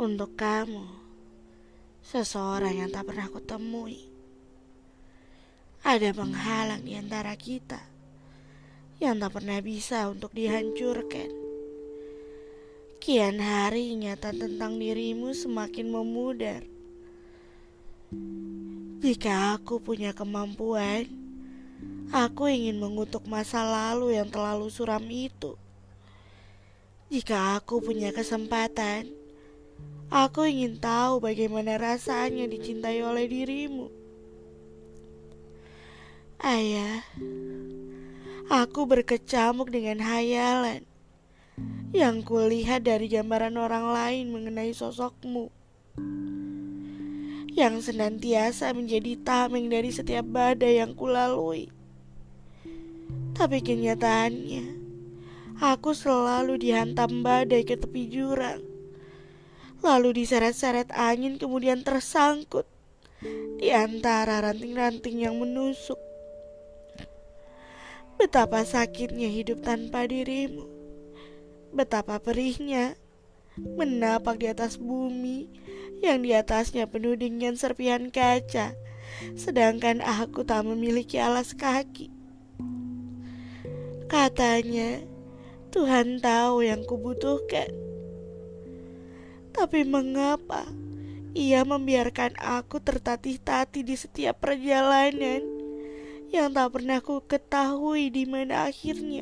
Untuk kamu, seseorang yang tak pernah kutemui. Ada penghalang di antara kita yang tak pernah bisa untuk dihancurkan. Kian hari ingatan tentang dirimu semakin memudar. Jika aku punya kemampuan, aku ingin mengutuk masa lalu yang terlalu suram itu. Jika aku punya kesempatan, aku ingin tahu bagaimana rasanya dicintai oleh dirimu. Ayah, aku berkecamuk dengan hayalan yang kulihat dari gambaran orang lain mengenai sosokmu, yang senantiasa menjadi tameng dari setiap badai yang kulalui. Tapi kenyataannya, aku selalu dihantam badai ke tepi jurang, lalu diseret-seret angin kemudian tersangkut di antara ranting-ranting yang menusuk. Betapa sakitnya hidup tanpa dirimu. Betapa perihnya menapak di atas bumi yang di atasnya penuh dengan serpihan kaca, sedangkan aku tak memiliki alas kaki. Katanya, Tuhan tahu yang kubutuhkan. Tapi mengapa Ia membiarkan aku tertatih-tatih di setiap perjalanan yang tak pernah ku ketahui di mana akhirnya?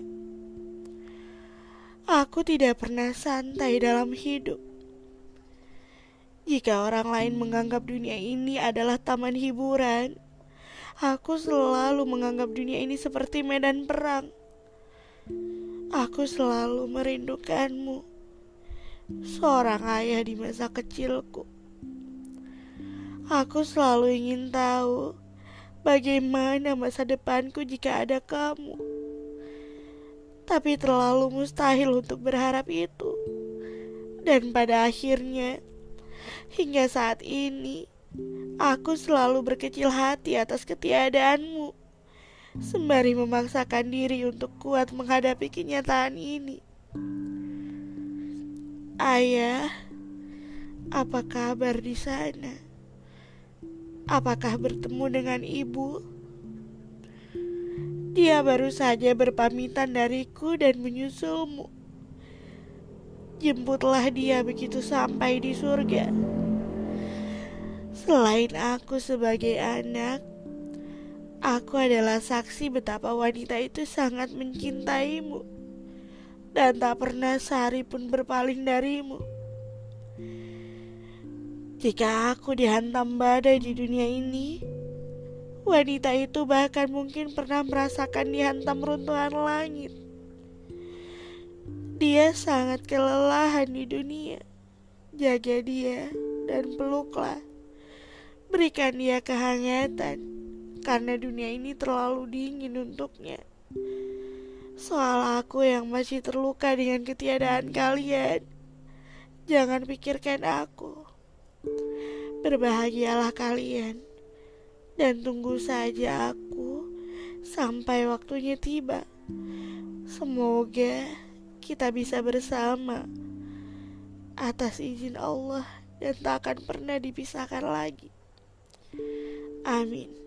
Aku tidak pernah santai dalam hidup. Jika orang lain menganggap dunia ini adalah taman hiburan, aku selalu menganggap dunia ini seperti medan perang. Aku selalu merindukanmu, seorang ayah di masa kecilku. Aku selalu ingin tahu bagaimana masa depanku jika ada kamu. Tapi terlalu mustahil untuk berharap itu. Dan pada akhirnya, hingga saat ini, aku selalu berkecil hati atas ketiadaanmu, sembari memaksakan diri untuk kuat menghadapi kenyataan ini. Ayah, apa kabar di sana? Apakah bertemu dengan ibu? Dia baru saja berpamitan dariku dan menyusulmu. Jemputlah dia begitu sampai di surga. Selain aku sebagai anak, aku adalah saksi betapa wanita itu sangat mencintaimu dan tak pernah sehari pun berpaling darimu. Jika aku dihantam badai di dunia ini, wanita itu bahkan mungkin pernah merasakan dihantam runtuhan langit. Dia sangat kelelahan di dunia. Jaga dia dan peluklah. Berikan dia kehangatan, karena dunia ini terlalu dingin untuknya. Soal aku yang masih terluka dengan ketiadaan kalian, jangan pikirkan aku. Berbahagialah kalian, dan tunggu saja aku sampai waktunya tiba. Semoga kita bisa bersama atas izin Allah dan tak akan pernah dipisahkan lagi. Amin.